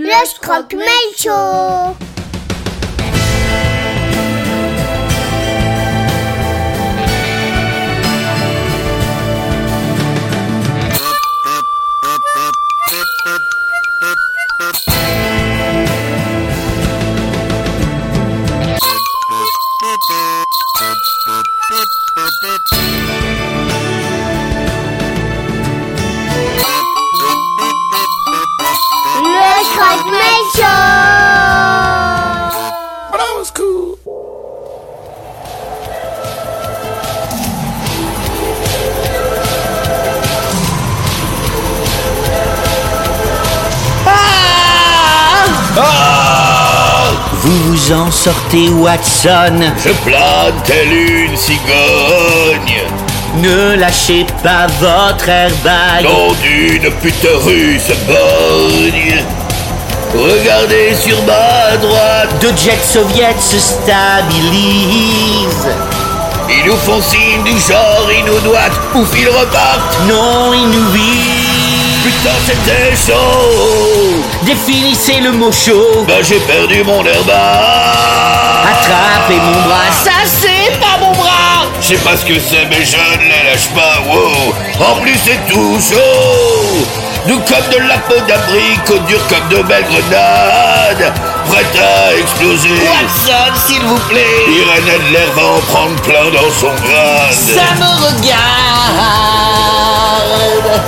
Le Scroc-Mail Show. Le Scroc-Mail Show. That was cool. Vous vous en sortez, Watson. Je plane telle une cigogne. Ne lâchez pas votre airbag. Nom d'une pute russe borgne. Regardez sur ma droite. Deux jets soviets se stabilisent. Ils nous font signe du genre, ils nous doigtent. Ouf, ils repartent. Non, ils nous visent. Putain, c'était chaud. Définissez le mot chaud. Ben j'ai perdu mon airbag. Attrapez mon bras. Ça, c'est pas mon bras. Je sais pas ce que c'est, mais je ne les lâche pas, wow. En plus, c'est tout chaud. Doux comme de la peau d'abricot, dur comme de belles grenades, prête à exploser. Watson, s'il vous plaît. Irène Adler va en prendre plein dans son crâne. Ça me regarde.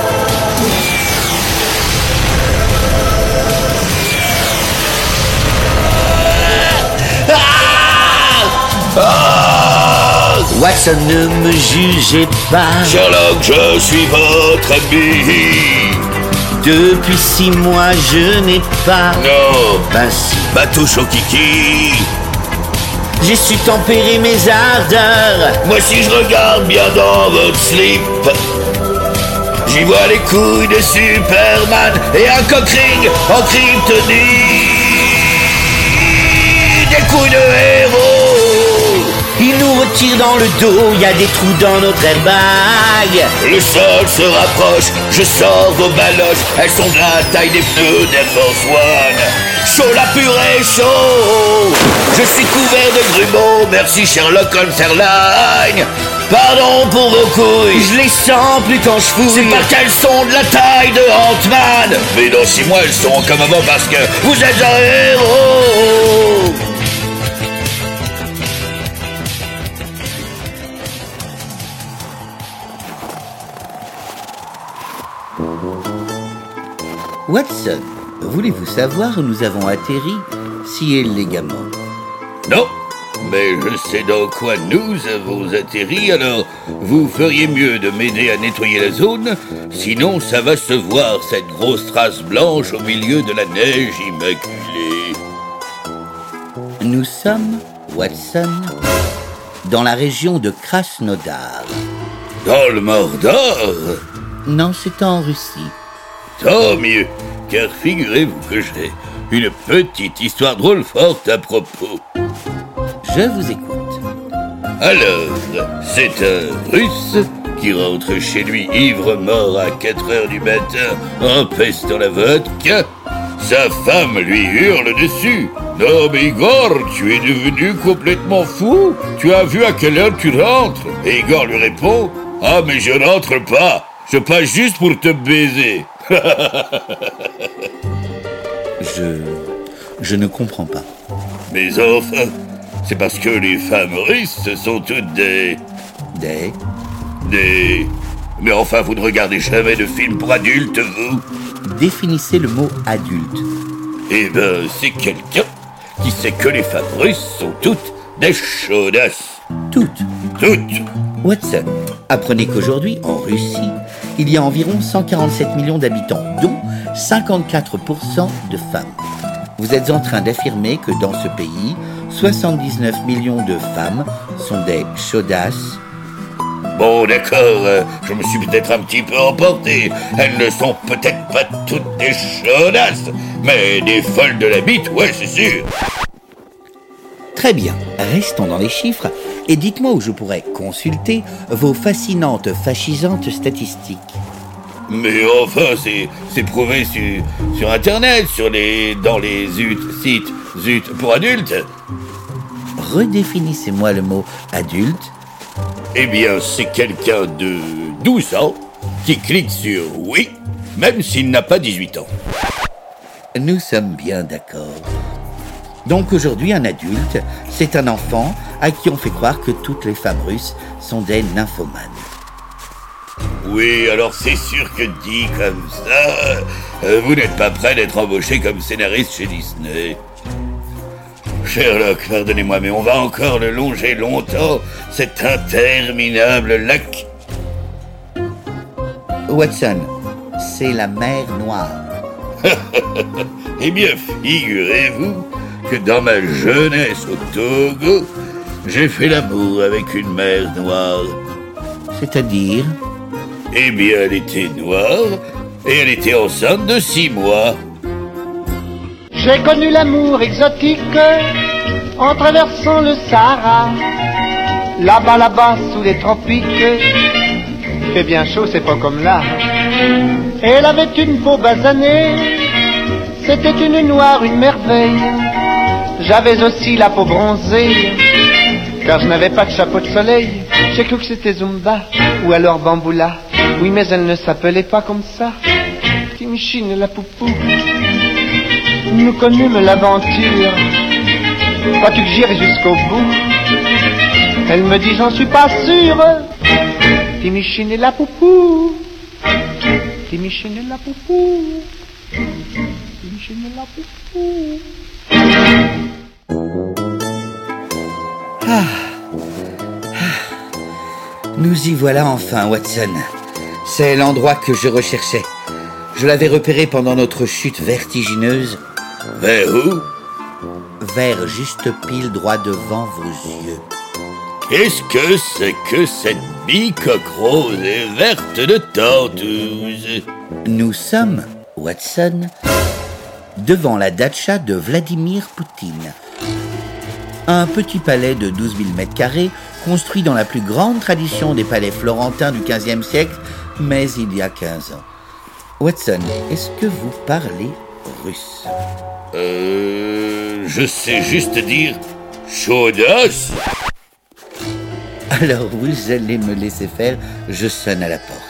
Watson, ne me jugez pas. Sherlock, je suis votre ami. Depuis 6 mois, je n'ai pas. Non, Ben si. ma touche au kiki. J'ai su tempérer mes ardeurs. Moi si je regarde bien dans votre slip, j'y vois les couilles de Superman et un cockring en kryptonite. Des couilles de héros. Il nous retire dans le dos, y a des trous dans notre airbag. Le sol se rapproche, je sors vos baloches, elles sont de la taille des pneus d'Air Force One. Chaud la purée, chaud. Je suis couvert de grumeaux, merci Sherlock Holmes Airline. Pardon pour vos couilles, Je les sens plus quand je fouille. c'est pas qu'elles sont de la taille de Ant-Man. Mais dans 6 mois, elles seront comme avant parce que vous êtes un héros. Watson, voulez-vous savoir où nous avons atterri si élégamment? Non, mais je sais dans quoi nous avons atterri, alors vous feriez mieux de m'aider à nettoyer la zone, sinon ça va se voir, cette grosse trace blanche au milieu de la neige immaculée. Nous sommes, Watson, dans la région de Krasnodar. Dans le Mordor? Non, c'est en Russie. Tant mieux, car figurez-vous que j'ai une petite histoire drôle forte à propos. Je vous écoute. Alors, c'est un Russe qui rentre chez lui ivre-mort à 4h du matin en pestant la vodka. Sa femme lui hurle dessus. « Non mais Igor, tu es devenu complètement fou. Tu as vu à quelle heure tu rentres ?» Et Igor lui répond « Ah mais je rentre pas, je passe juste pour te baiser. » Je ne comprends pas. Mais enfin, c'est parce que les femmes russes sont toutes des... Mais enfin, vous ne regardez jamais de films pour adultes, vous? Définissez le mot adulte. Eh ben, c'est quelqu'un qui sait que les femmes russes sont toutes des chaudasses. Toutes. Toutes. Watson, apprenez qu'aujourd'hui, en Russie, il y a environ 147 millions d'habitants, dont 54% de femmes. Vous êtes en train d'affirmer que dans ce pays, 79 millions de femmes sont des chaudasses. Bon, d'accord, je me suis peut-être un petit peu emporté. Elles ne sont peut-être pas toutes des chaudasses, mais des folles de la bite, ouais, c'est sûr. Très bien, restons dans les chiffres et dites-moi où je pourrais consulter vos fascinantes, fascisantes statistiques. Mais enfin, c'est prouvé sur Internet, dans les sites pour adultes. Redéfinissez-moi le mot adulte. Eh bien, c'est quelqu'un de 12 ans qui clique sur oui, même s'il n'a pas 18 ans. Nous sommes bien d'accord. Donc aujourd'hui, un adulte, c'est un enfant à qui on fait croire que toutes les femmes russes sont des nymphomanes. Oui, alors c'est sûr que dit comme ça, vous n'êtes pas prêt d'être embauché comme scénariste chez Disney. Sherlock, pardonnez-moi, mais on va encore le longer longtemps, cet interminable lac. Watson, c'est la mer Noire. Eh bien, figurez-vous que dans ma jeunesse au Togo, j'ai fait l'amour avec une mer noire. C'est-à-dire? Eh bien, elle était noire et elle était enceinte de 6 mois. J'ai connu l'amour exotique en traversant le Sahara. Là-bas, sous les tropiques, il fait bien chaud, c'est pas comme là. Elle avait une peau basanée, c'était une noire, une merveille. J'avais aussi la peau bronzée, car je n'avais pas de chapeau de soleil. J'ai cru que c'était Zumba, ou alors Bamboula. Oui, mais elle ne s'appelait pas comme ça. Timichine la poupou. Nous connûmes l'aventure. Crois-tu que j'irai jusqu'au bout? Elle me dit, j'en suis pas sûre. Timichine la poupou. Timichine la poupou. Timichine la poupou. Nous y voilà enfin, Watson. C'est l'endroit que je recherchais. Je l'avais repéré pendant notre chute vertigineuse. Vers où? Vers juste pile droit devant vos yeux. Qu'est-ce que c'est que cette bicoque rose et verte de Tortouse? Nous sommes, Watson, devant la datcha de Vladimir Poutine. Un petit palais de 12 000 mètres carrés, construit dans la plus grande tradition des palais florentins du XVe siècle, mais il y a 15 ans. Watson, est-ce que vous parlez russe? Je sais juste dire chaudasse. Alors vous allez me laisser faire, je sonne à la porte.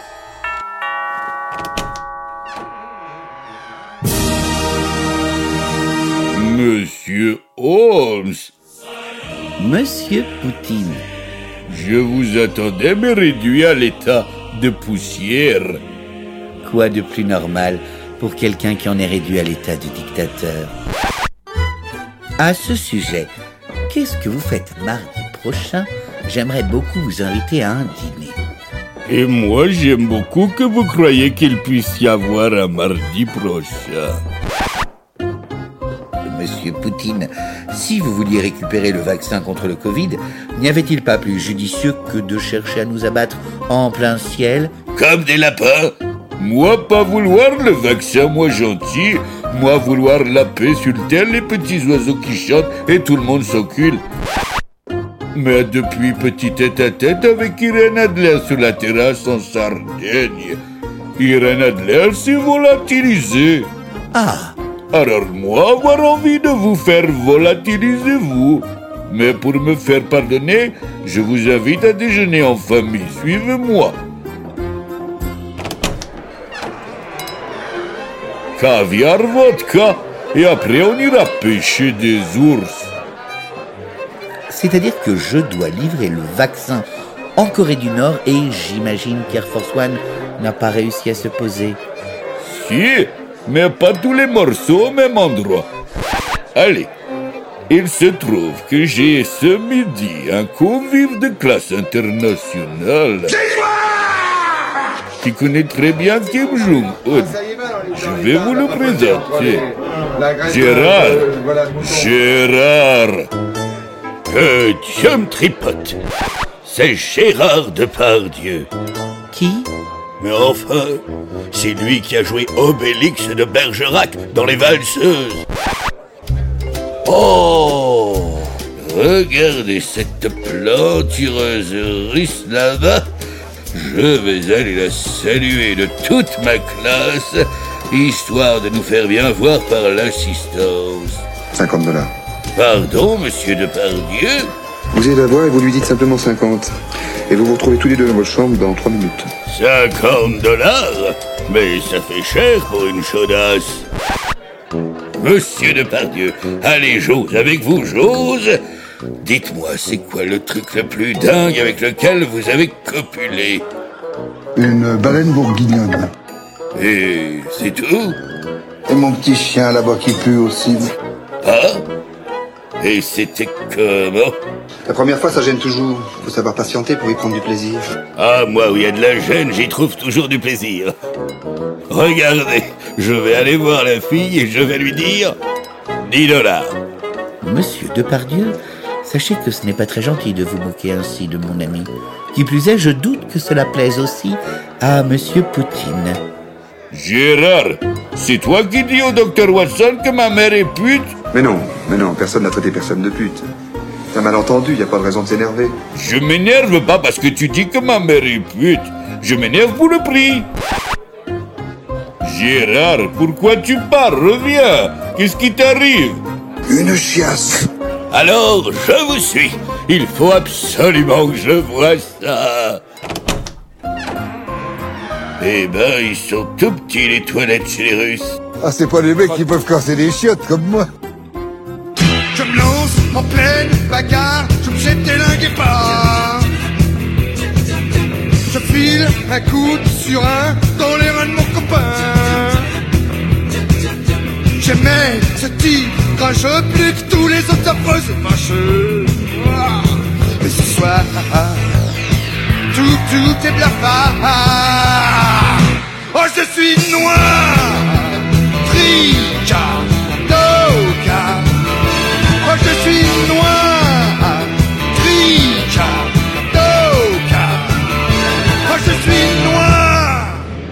Monsieur Holmes, Monsieur Poutine, je vous attendais mais réduit à l'état de poussière. quoi de plus normal pour quelqu'un qui en est réduit à l'état de dictateur? À ce sujet, qu'est-ce que vous faites mardi prochain? J'aimerais beaucoup vous inviter à un dîner. Et moi, j'aime beaucoup que vous croyez qu'il puisse y avoir un mardi prochain. Monsieur Poutine, si vous vouliez récupérer le vaccin contre le Covid, n'y avait-il pas plus judicieux que de chercher à nous abattre en plein ciel? Comme des lapins. Moi, pas vouloir le vaccin, moi gentil. Moi, vouloir la paix sur terre, les petits oiseaux qui chantent et tout le monde s'encule. Mais depuis petit tête-à-tête avec Irène Adler sur la terrasse en Sardaigne. Irène Adler s'est volatilisée. Ah, Alors moi, avoir envie de vous faire volatiliser vous. Mais pour me faire pardonner, je vous invite à déjeuner en famille. Suivez-moi. Caviar, vodka, et après on ira pêcher des ours. c'est-à-dire que je dois livrer le vaccin en Corée du Nord et j'imagine qu'Air Force One n'a pas réussi à se poser. Si, mais pas tous les morceaux au même endroit. Allez, il se trouve que j'ai ce midi un convive de classe internationale qui connaît très bien Kim Jong-un. Je vais vous le présenter. Gérard, que Dieu me tripote. C'est Gérard Depardieu. Qui? Mais enfin, c'est lui qui a joué Obélix de Bergerac dans Les Valseuses. Oh, regardez cette plantureuse russe là-bas. Je vais aller la saluer de toute ma classe, histoire de nous faire bien voir par l'assistance. $50. Pardon, monsieur Depardieu? Vous allez la voir et vous lui dites simplement 50. Et vous vous retrouvez tous les deux dans votre chambre dans 3 minutes. $50? Mais ça fait cher pour une chaudasse. Monsieur Depardieu, allez, j'ose avec vous, j'ose. Dites-moi, c'est quoi le truc le plus dingue avec lequel vous avez copulé? Une baleine bourguignonne. Et c'est tout? Et mon petit chien là-bas qui pue aussi. Ah? Et c'était comment? La première fois, ça gêne toujours. Faut savoir patienter pour y prendre du plaisir. Ah, moi, où il y a de la gêne, j'y trouve toujours du plaisir. Regardez, je vais aller voir la fille et je vais lui dire $10. Monsieur Depardieu, sachez que ce n'est pas très gentil de vous moquer ainsi de mon ami. Qui plus est, je doute que cela plaise aussi à Monsieur Poutine. Gérard, c'est toi qui dis au docteur Watson que ma mère est pute? Mais non, personne n'a traité personne de pute. C'est un malentendu, y a pas de raison de s'énerver. Je m'énerve pas parce que tu dis que ma mère est pute. Je m'énerve pour le prix. Gérard, pourquoi tu pars? Reviens. Qu'est-ce qui t'arrive? Une chiasse. Alors, je vous suis. Il faut absolument que je voie ça. Eh ben, ils sont tout petits, les toilettes chez les Russes. Ah, c'est pas les mecs qui peuvent casser des chiottes comme moi. Je me lance en pleine bagarre, je me jette des lingues et pas. Je file un coup sur un dans les reins de mon copain. J'aimais ce type rageux plus que tous les autres affreux et fâcheux. Mais ce soir, tout est blafard. Oh, je suis noir, tricard, doka. Oh, je suis noir, tricard, doka. Oh, je suis noir.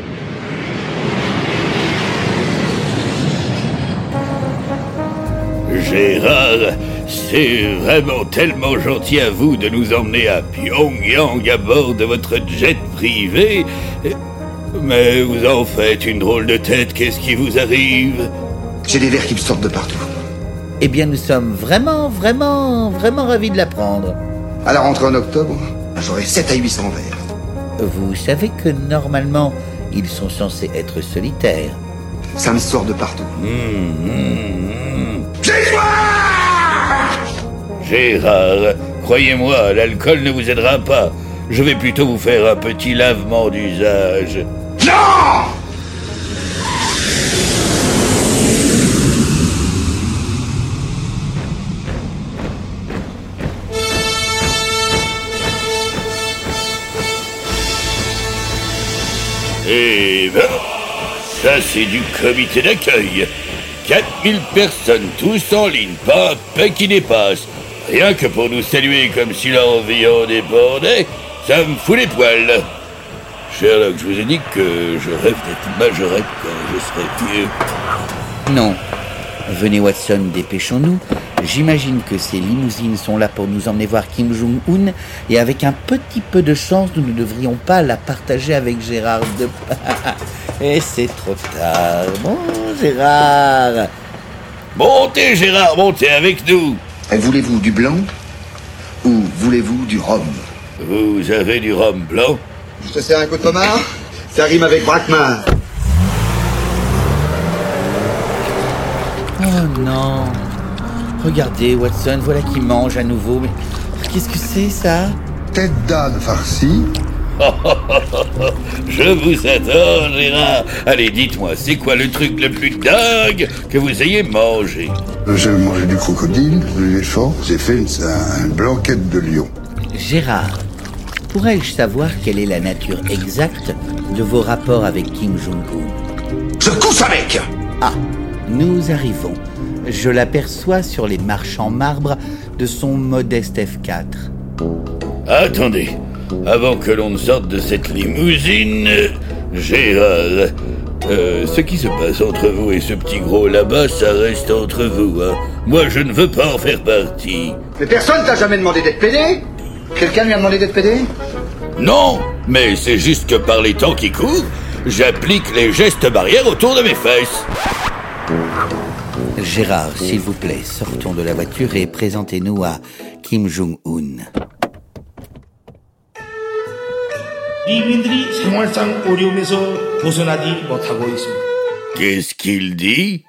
Gérard, c'est vraiment tellement gentil à vous de nous emmener à Pyongyang à bord de votre jet privé. Mais vous en faites une drôle de tête, qu'est-ce qui vous arrive? J'ai des vers qui me sortent de partout. Eh bien, nous sommes vraiment ravis de l'apprendre. À la rentrée en octobre, j'aurai 700 à 800 vers. Vous savez que normalement, ils sont censés être solitaires. Ça me sort de partout. Gérard, croyez-moi, l'alcool ne vous aidera pas. Je vais plutôt vous faire un petit lavement d'usage. Non! Eh ben, ça c'est du comité d'accueil. 4000 personnes, tous en ligne, pas un paix qui dépasse. Rien que pour nous saluer comme si leur vie en dépendait, ça me fout les poils. Sherlock, je vous ai dit que je rêve d'être majorette quand je serai vieux. Non. Venez Watson, dépêchons-nous. J'imagine que ces limousines sont là pour nous emmener voir Kim Jong-un et avec un petit peu de chance, nous ne devrions pas la partager avec Gérard de... Et c'est trop tard. Bon, Gérard. Montez, Gérard, montez avec nous. Voulez-vous du blanc ou voulez-vous du rhum? Vous avez du rhum blanc? Je te sers un coup de pommard? Ça rime avec braquemar. Oh non. Regardez, Watson, voilà qui mange à nouveau. Mais qu'est-ce que c'est, ça? Tête d'âne farcie. Je vous adore, Gérard. Allez, dites-moi, c'est quoi le truc le plus dingue que vous ayez mangé? J'ai mangé du crocodile, de l'éléphant. J'ai fait une blanquette de lion. Gérard, pourrais-je savoir quelle est la nature exacte de vos rapports avec Kim Jong-un? Je couche avec! Ah, nous arrivons. Je l'aperçois sur les marches en marbre de son modeste F4. Attendez, avant que l'on ne sorte de cette limousine, Gérard, ce qui se passe entre vous et ce petit gros là-bas, ça reste entre vous, hein. Moi, je ne veux pas en faire partie. Mais personne t'a jamais demandé d'être pédé? Quelqu'un lui a demandé d'être pédé? Non, Mais c'est juste que par les temps qui courent, j'applique les gestes barrières autour de mes fesses. Gérard, s'il vous plaît, sortons de la voiture et présentez-nous à Kim Jong-un. 이민들이 생활상 어려움에서 벗어나지 못하고 있습니다. Qu'est-ce qu'il dit?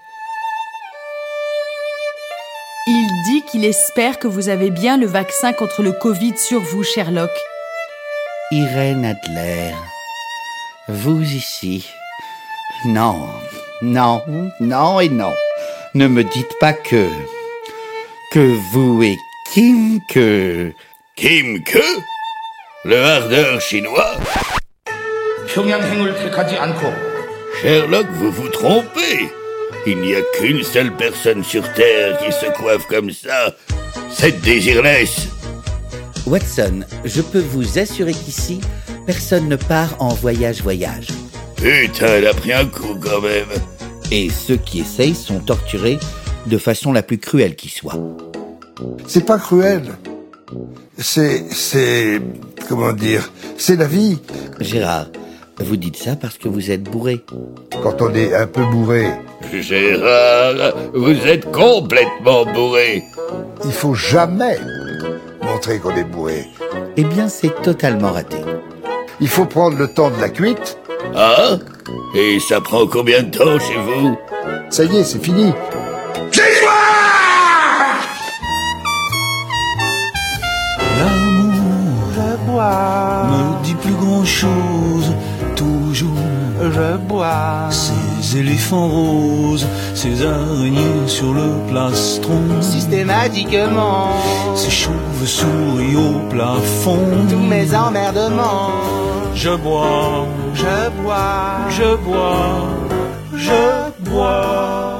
Il dit qu'il espère que vous avez bien le vaccin contre le Covid sur vous, Sherlock. Irène Adler, vous ici. Non, non, non et non. Ne me dites pas que vous et Kim que... Kim que? Le ardeur chinois? 평양행을 택하지 않고 Sherlock, vous vous trompez. Il n'y a qu'une seule personne sur Terre qui se coiffe comme ça. Cette Désirless. Watson, je peux vous assurer qu'ici, personne ne part en voyage-voyage. Putain, elle a pris un coup quand même. Et ceux qui essayent sont torturés de façon la plus cruelle qui soit. C'est pas cruel. C'est... comment dire? C'est la vie. Gérard, vous dites ça parce que vous êtes bourré. Quand on est un peu bourré, Gérard, vous êtes complètement bourré. il faut jamais montrer qu'on est bourré. Eh bien, c'est totalement raté. Il faut prendre le temps de la cuite. Ah? Et ça prend combien de temps chez vous? Ça y est, c'est fini. Me dit plus grand chose, toujours je bois. Ces éléphants roses, ces araignées sur le plastron, systématiquement. Ces chauves-souris au plafond, tous mes emmerdements. Je bois, je bois, je bois, je bois.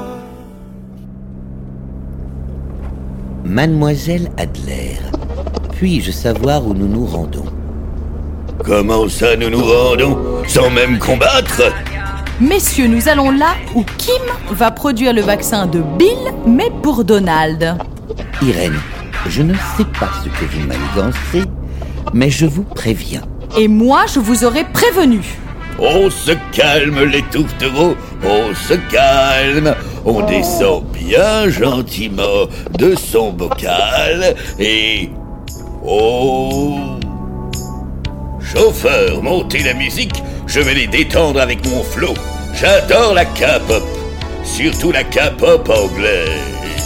Mademoiselle Adler, puis-je savoir où nous nous rendons? Comment ça nous nous rendons? Sans même combattre? Messieurs, nous allons là où Kim va produire le vaccin de Bill, mais pour Donald. Irène, je ne sais pas ce que vous manigancez, mais je vous préviens. Et moi, je vous aurais prévenu. On se calme les tourtereaux, on se calme. On descend bien gentiment de son bocal et... Oh! Chauffeur, montez la musique, je vais les détendre avec mon flow. J'adore la K-pop, surtout la K-pop anglaise.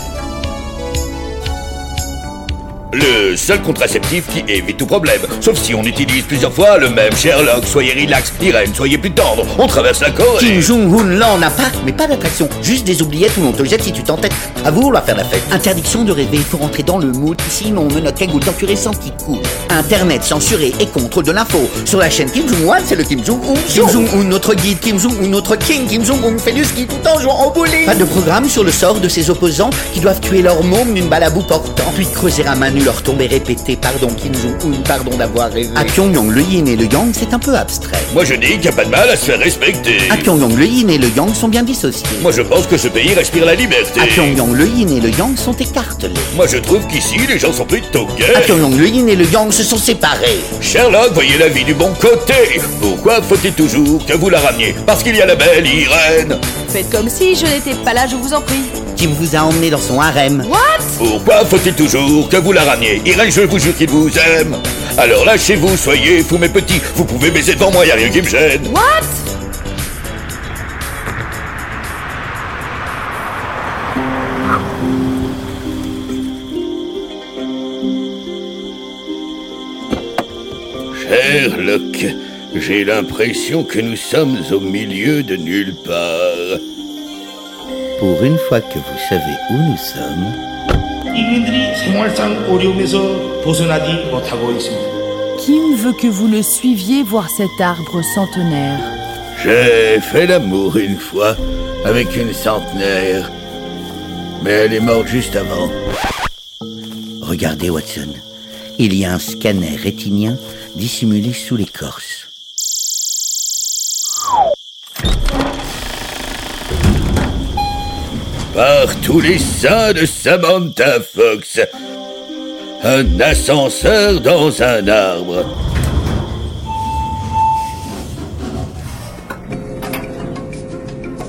Le seul contraceptif qui évite tout problème, sauf si on utilise plusieurs fois le même. Sherlock, soyez relax. Irène, soyez plus tendre. On traverse la Corée. Kim Jong-un, là, on a pas, mais pas d'attraction. Juste des oubliettes où l'on te jette si tu t'entêtes. À vous, on va faire la fête. Interdiction de rêver, il faut rentrer dans le mood. Sinon, on menotte cagoule torturé sans qui coule. Internet censuré et contre de l'info. Sur la chaîne Kim Jong-un, c'est le Kim Jong-un. Kim Jong-un, notre guide. Kim Jong-un, notre king. Kim Jong-un fait du ski tout en jouant au bowling. Pas de programme sur le sort de ses opposants qui doivent tuer leur môme d'une balle à bout portant. Puis creuser à main nue leur tombe et répéter pardon Kim Jong-un, pardon d'avoir rêvé. À Pyongyang, le yin et le yang, c'est un peu abstrait. Moi je dis qu'il n'y a pas de mal à se faire respecter. À Pyongyang, le yin et le yang sont bien dissociés. Moi je pense que ce pays respire la liberté. À Pyongyang, le yin et le yang sont écartelés. Moi je trouve qu'ici les gens sont plutôt gays. À Pyongyang, le yin et le yang se sont séparés. Sherlock, voyez la vie du bon côté. Pourquoi faut-il toujours que vous la rameniez? Parce qu'il y a la belle Irène. Faites comme si je n'étais pas là, je vous en prie. Kim vous a emmené dans son harem. What? Pourquoi faut-il toujours que vous la rameniez? Irène, je vous jure qu'il vous aime. Alors lâchez-vous, soyez fous mes petits. Vous pouvez baiser devant moi, y a rien qui me gêne. What? Sherlock, j'ai l'impression que nous sommes au milieu de nulle part. Pour une fois que vous savez où nous sommes... 이민들이 생활상 어려움에서 벗어나지 못하고 있습니다. Kim veut que vous le suiviez voir cet arbre centenaire. J'ai fait l'amour une fois avec une centenaire, mais elle est morte juste avant. Regardez, Watson, il y a un scanner rétinien dissimulé sous l'écorce. Par tous les saints de Samantha Fox, un ascenseur dans un arbre.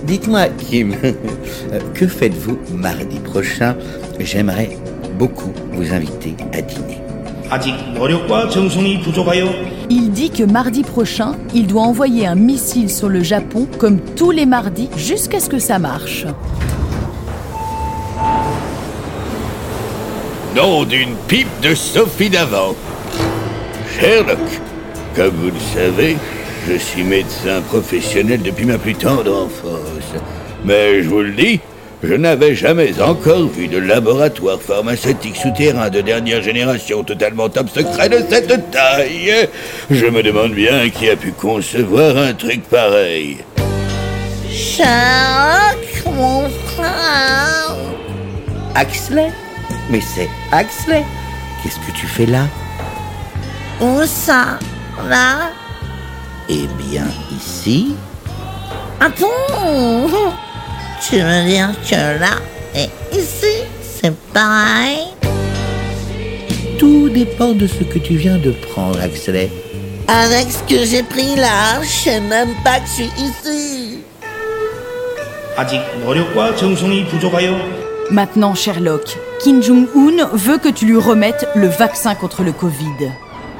Dites-moi, Kim, que faites-vous mardi prochain? J'aimerais beaucoup vous inviter à dîner. 아직 노력과 정성이 부족하여 Il dit que mardi prochain, il doit envoyer un missile sur le Japon comme tous les mardis jusqu'à ce que ça marche. Nom d'une pipe de Sophie d'avant. Sherlock, comme vous le savez, je suis médecin professionnel depuis ma plus tendre enfance. Mais je vous le dis, je n'avais jamais encore vu de laboratoire pharmaceutique souterrain de dernière génération totalement top secret de cette taille. Je me demande bien qui a pu concevoir un truc pareil. Sherlock, mon frère. Axley? Mais c'est Axley. Qu'est-ce que tu fais là? Où ça? Là? Eh bien, ici. Attends! Tu veux dire que là et ici, c'est pareil? Tout dépend de ce que tu viens de prendre, Axley. Avec ce que j'ai pris là, je sais même pas que je suis ici. 아직 노력과 정성이 부족하여 Maintenant, Sherlock, Kim Jong-un veut que tu lui remettes le vaccin contre le Covid.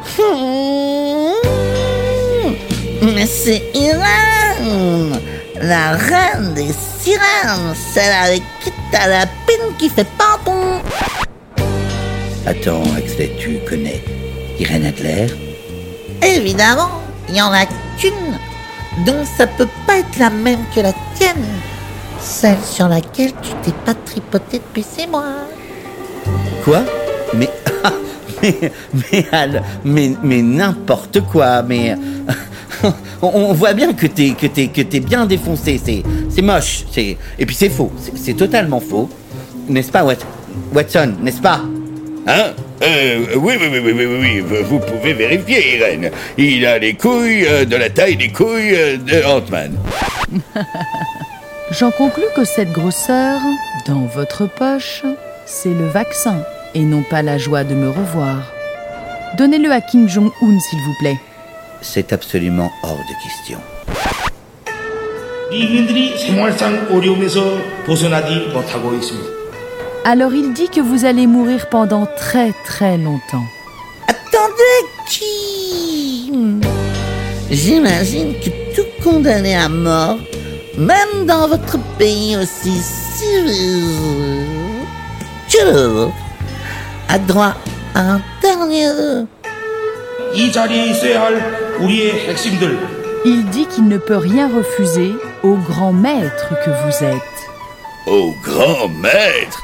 Mais c'est Irène, la reine des sirènes, celle avec qui t'as la pine qui fait pardon. Attends, Axley, tu connais Irène Adler? Évidemment, il n'y en a qu'une, donc ça peut pas être la même que la tienne. Celle sur laquelle tu t'es pas tripoté depuis 6 mois. Quoi? Mais n'importe quoi, mais... On voit bien que t'es bien défoncé, c'est moche, et puis c'est faux, c'est totalement faux. N'est-ce pas, Watson, n'est-ce pas? Hein? Oui, vous pouvez vérifier, Irène. Il a les couilles de la taille des couilles de Ant-Man. J'en conclus que cette grosseur, dans votre poche, c'est le vaccin et non pas la joie de me revoir. Donnez-le à Kim Jong-un, s'il vous plaît. C'est absolument hors de question. 미국인들이 생활상 어려움에서 벗어나지 못하고 있습니다. Alors il dit que vous allez mourir pendant très très longtemps. Attendez, Kim! J'imagine que tout condamné à mort, même dans votre pays aussi civilisé que le vôtre, a droit à un dernier vœu. 이 자리에 있어야 할 우리의 핵심들. Il dit qu'il ne peut rien refuser au grand maître que vous êtes. Au grand maître?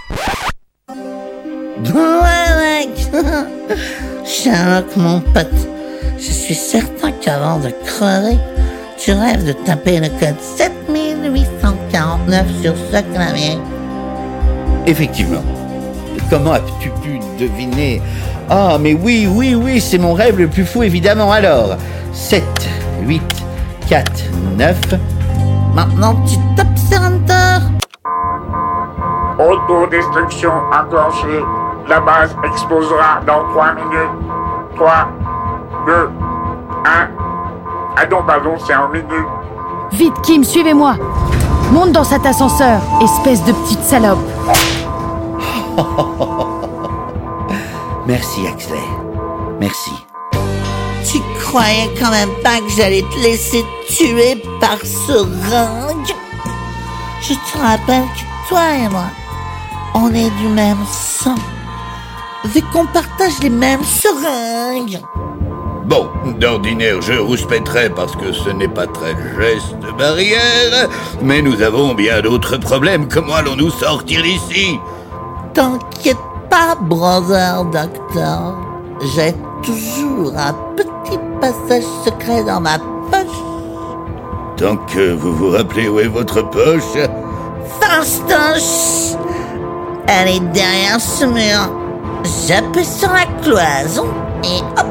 Ouais, Sherlock, mon pote, je suis certain qu'avant de crever, tu rêves de taper le code 7849 sur ce clavier. Effectivement. Comment as-tu pu deviner? Ah, mais oui, c'est mon rêve le plus fou, évidemment. Alors, 7, 8, 4, 9... Maintenant, tu tapes sur Enter. Autodestruction enclenchée. La base explosera dans 3 minutes. 3, 2, 1. Ah non, pardon, c'est en minute. Vite, Kim, suivez-moi. Monte dans cet ascenseur, espèce de petite salope. Merci, Axley. Merci. Tu croyais quand même pas que j'allais te laisser tuer par seringue? Je te rappelle que toi et moi, on est du même sang. Vu qu'on partage les mêmes seringues. Bon, d'ordinaire, je rouspéterais parce que ce n'est pas très geste barrière, mais nous avons bien d'autres problèmes. Comment allons-nous sortir d'ici? T'inquiète pas, brother doctor. J'ai toujours un petit passage secret dans ma poche. Tant que vous vous rappelez où est votre poche? Fastoche! Elle est derrière ce mur. J'appuie sur la cloison et hop!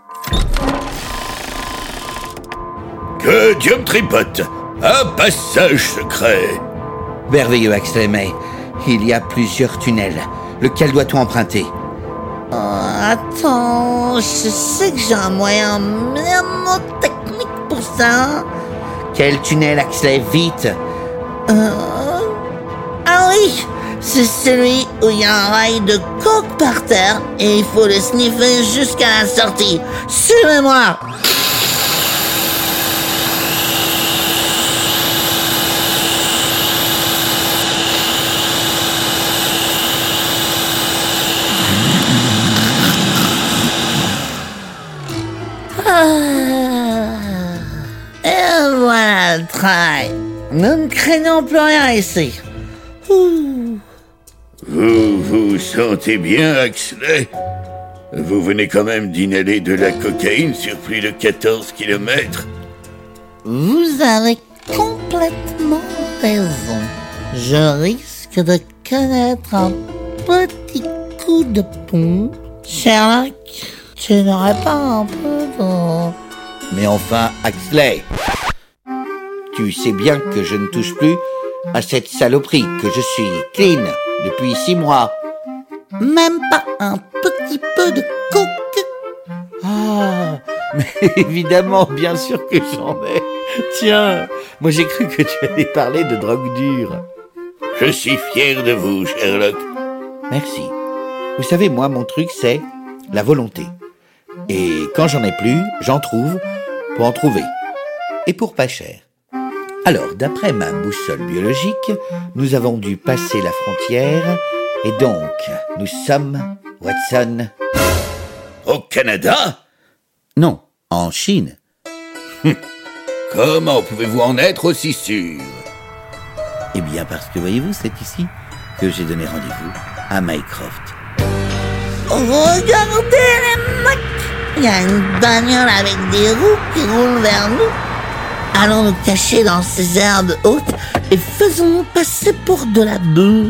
Que Dieu me tripote! Un passage secret! Merveilleux, Axley, mais il y a plusieurs tunnels. Lequel doit-on emprunter? Attends, je sais que j'ai un moyen mnémotechnique pour ça. Quel tunnel, Axley? Vite! Ah oui, c'est celui où il y a un rail de coke par terre et il faut le sniffer jusqu'à la sortie. Suivez-moi. Et voilà le travail. Nous ne craignons plus rien ici. Vous vous sentez bien, Axley? Vous venez quand même d'inhaler de la cocaïne sur plus de 14 kilomètres. Vous avez complètement raison. Je risque de connaître un petit coup de pompe. Sherlock, tu n'aurais pas un peu de... Mais enfin, Axley, tu sais bien que je ne touche plus à cette saloperie, que je suis clean depuis 6 mois. Même pas un petit peu de coke? Ah, mais évidemment, bien sûr que j'en ai. Tiens, moi j'ai cru que tu allais parler de drogue dure. Je suis fier de vous, Sherlock. Merci. Vous savez, moi, mon truc, c'est la volonté. Et quand j'en ai plus, j'en trouve pour en trouver. Et pour pas cher. Alors, d'après ma boussole biologique, nous avons dû passer la frontière, et donc, nous sommes, Watson... Au Canada? Non, en Chine. Comment pouvez-vous en être aussi sûr? Eh bien, parce que, voyez-vous, c'est ici que j'ai donné rendez-vous à Mycroft. Regardez les mecs! Il y a une bagnole avec des roues qui roule vers nous. Allons nous cacher dans ces herbes hautes et faisons-nous passer pour de la boue.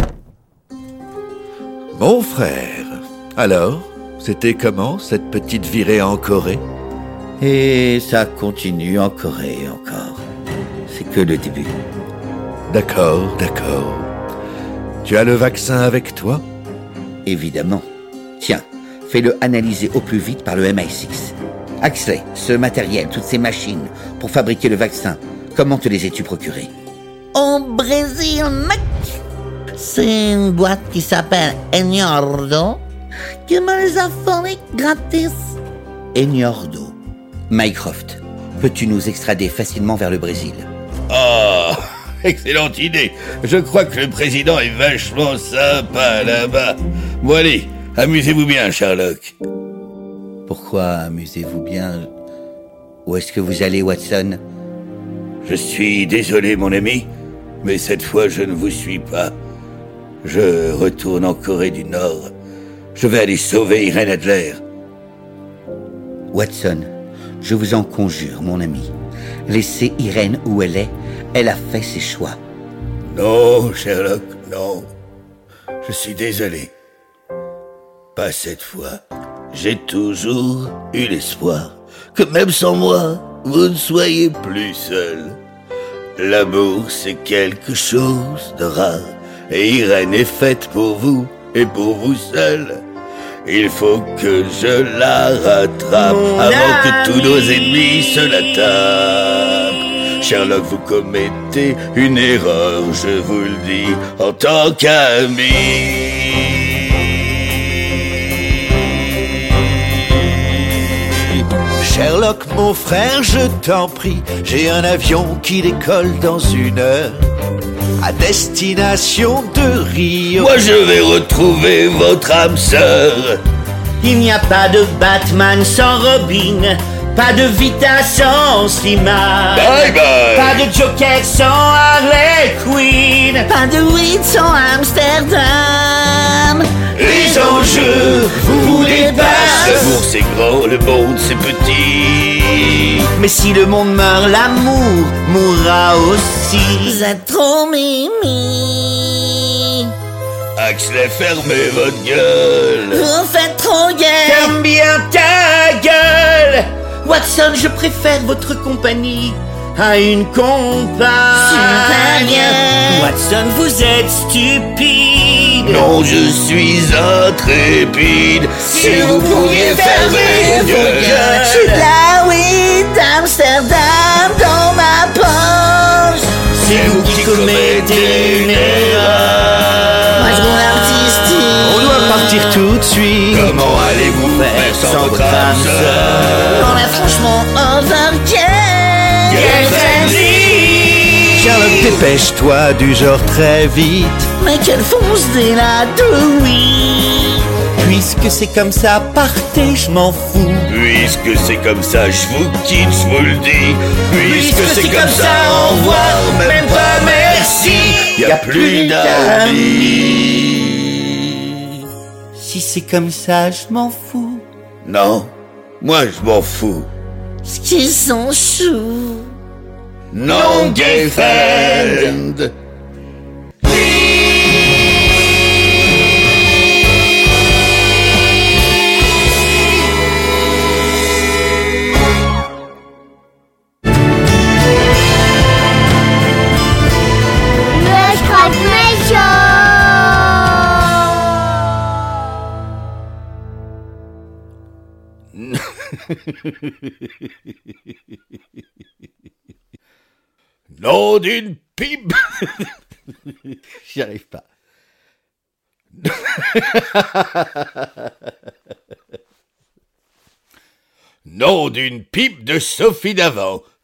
Mon frère, alors, c'était comment cette petite virée en Corée? Et ça continue en Corée encore. C'est que le début. D'accord, d'accord. Tu as le vaccin avec toi? Évidemment. Tiens, fais-le analyser au plus vite par le MI6. Axley, ce matériel, toutes ces machines pour fabriquer le vaccin, comment te les as-tu procurés? Au Brésil, mec! C'est une boîte qui s'appelle Eñordo qui me les a fournis gratis. Eñordo. Mycroft, peux-tu nous extrader facilement vers le Brésil? Oh, excellente idée. Je crois que le président est vachement sympa là-bas. Bon allez, amusez-vous bien, Sherlock. Pourquoi amusez-vous bien? Où est-ce que vous allez, Watson? Je suis désolé, mon ami, mais cette fois je ne vous suis pas. Je retourne en Corée du Nord. Je vais aller sauver Irène Adler. Watson, je vous en conjure, mon ami. Laissez Irène où elle est. Elle a fait ses choix. Non, Sherlock, non. Je suis désolé. Pas cette fois. J'ai toujours eu l'espoir que même sans moi, vous ne soyez plus seul. L'amour, c'est quelque chose de rare. Et Irène est faite pour vous et pour vous seul. Il faut que je la rattrape avant que tous nos ennemis se la tapent. Sherlock, vous commettez une erreur, je vous le dis, en tant qu'ami. Sherlock, mon frère, je t'en prie, j'ai un avion qui décolle dans 1 heure à destination de Rio. Moi je vais retrouver votre âme sœur. Il n'y a pas de Batman sans Robin, pas de Vita sans Slimane, bye bye. Pas de Joker sans Harley Quinn, pas de weed sans Amsterdam. Les enjeux vous dépassent. L'amour c'est grand, le monde c'est petit. Mais si le monde meurt, l'amour mourra aussi. Vous êtes trop mimi. Axley, fermez votre gueule. Vous faites trop gay. Ferme bien ta gueule. Watson, je préfère votre compagnie à une compagne. Super bien. Watson, vous êtes stupide. Non, je suis intrépide. Si vous pouviez fermer vos gueules. J'ai de la weed d'Amsterdam dans ma poche. C'est vous qui commettez une erreur. Moi je roule artistique. On doit partir tout de suite. Comment allez-vous faire sans votre âme sœur? On est franchement overgay. Charlotte, dépêche-toi du genre très vite. Mais quelle fonce dès la douille. Puisque c'est comme ça, partez, je m'en fous. Puisque c'est comme ça, je vous quitte, je vous le dis. Puisque c'est comme ça, au revoir, même pas merci. Y a plus d'amis. Si c'est comme ça, je m'en fous. Non, moi je m'en fous. Ce qu'ils s'en chou. Non, gay friend. Nom d'une pipe. J'y arrive pas. Nom d'une pipe de Sophie d'avant.